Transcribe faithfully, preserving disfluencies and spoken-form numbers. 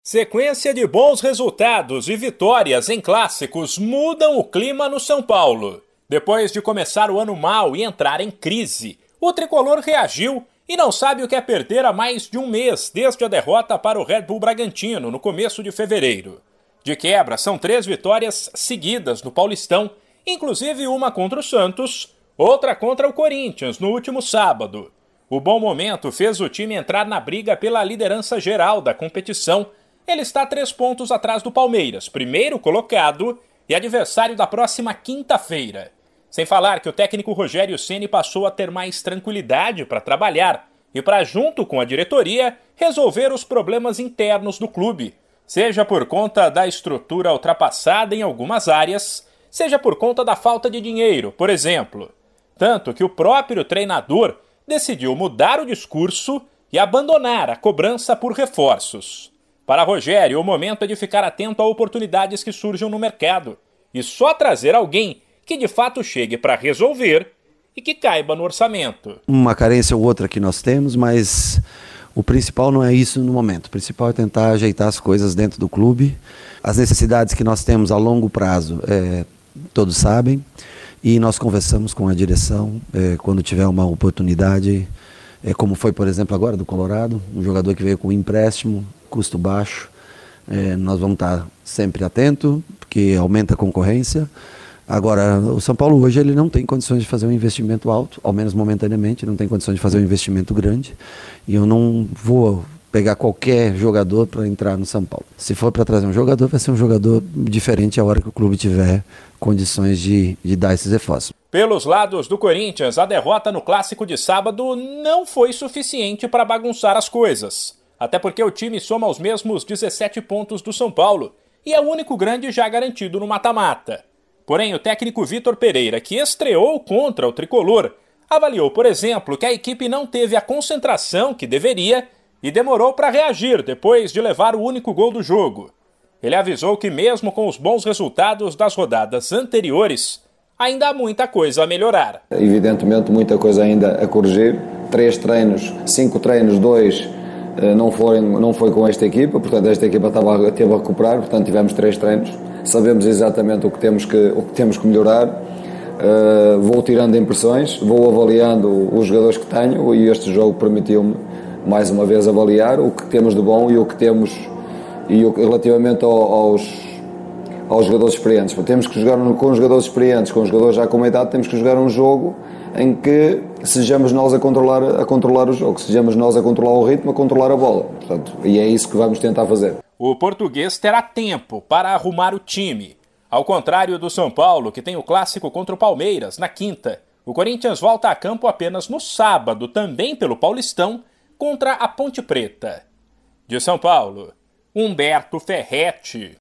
Sequência de bons resultados e vitórias em clássicos mudam o clima no São Paulo. Depois de começar o ano mal e entrar em crise, o tricolor reagiu e não sabe o que é perder há mais de um mês desde a derrota para o Red Bull Bragantino no começo de fevereiro. De quebra, são três vitórias seguidas no Paulistão, inclusive uma contra o Santos, outra contra o Corinthians no último sábado. O bom momento fez o time entrar na briga pela liderança geral da competição. Ele está três pontos atrás do Palmeiras, primeiro colocado e adversário da próxima quinta-feira. Sem falar que o técnico Rogério Ceni passou a ter mais tranquilidade para trabalhar e para, junto com a diretoria, resolver os problemas internos do clube, seja por conta da estrutura ultrapassada em algumas áreas, seja por conta da falta de dinheiro, por exemplo. Tanto que o próprio treinador decidiu mudar o discurso e abandonar a cobrança por reforços. Para Rogério, o momento é de ficar atento a oportunidades que surjam no mercado e só trazer alguém que de fato chegue para resolver e que caiba no orçamento. Uma carência ou outra que nós temos, mas o principal não é isso no momento. O principal é tentar ajeitar as coisas dentro do clube. As necessidades que nós temos a longo prazo, é, todos sabem, e nós conversamos com a direção é, quando tiver uma oportunidade, é, como foi, por exemplo, agora do Colorado, um jogador que veio com empréstimo, custo baixo, é, nós vamos estar sempre atentos, porque aumenta a concorrência. Agora, o São Paulo hoje ele não tem condições de fazer um investimento alto, ao menos momentaneamente, não tem condições de fazer um investimento grande, e eu não vou pegar qualquer jogador para entrar no São Paulo. Se for para trazer um jogador, vai ser um jogador diferente a hora que o clube tiver condições de, de dar esses reforços. Pelos lados do Corinthians, a derrota no clássico de sábado não foi suficiente para bagunçar as coisas. Até porque o time soma os mesmos dezessete pontos do São Paulo e é o único grande já garantido no mata-mata. Porém, o técnico Vitor Pereira, que estreou contra o tricolor, avaliou, por exemplo, que a equipe não teve a concentração que deveria e demorou para reagir depois de levar o único gol do jogo. Ele avisou que mesmo com os bons resultados das rodadas anteriores, ainda há muita coisa a melhorar. Evidentemente, muita coisa ainda a corrigir. Três treinos, cinco treinos, dois... Não foi, não foi com esta equipa, portanto esta equipa estava, esteve a recuperar, portanto tivemos três treinos, sabemos exatamente o que temos que, o que, temos que melhorar, uh, vou tirando impressões, vou avaliando os jogadores que tenho e este jogo permitiu-me mais uma vez avaliar o que temos de bom e o que temos e o, relativamente ao, aos, aos jogadores experientes. Temos que jogar com os jogadores experientes, com os jogadores já com uma idade, temos que jogar um jogo em que sejamos nós a controlar, a controlar o jogo, sejamos nós a controlar o ritmo, a controlar a bola. Portanto, e é isso que vamos tentar fazer. O português terá tempo para arrumar o time. Ao contrário do São Paulo, que tem o clássico contra o Palmeiras na quinta, o Corinthians volta a campo apenas no sábado, também pelo Paulistão, contra a Ponte Preta. De São Paulo, Humberto Ferretti.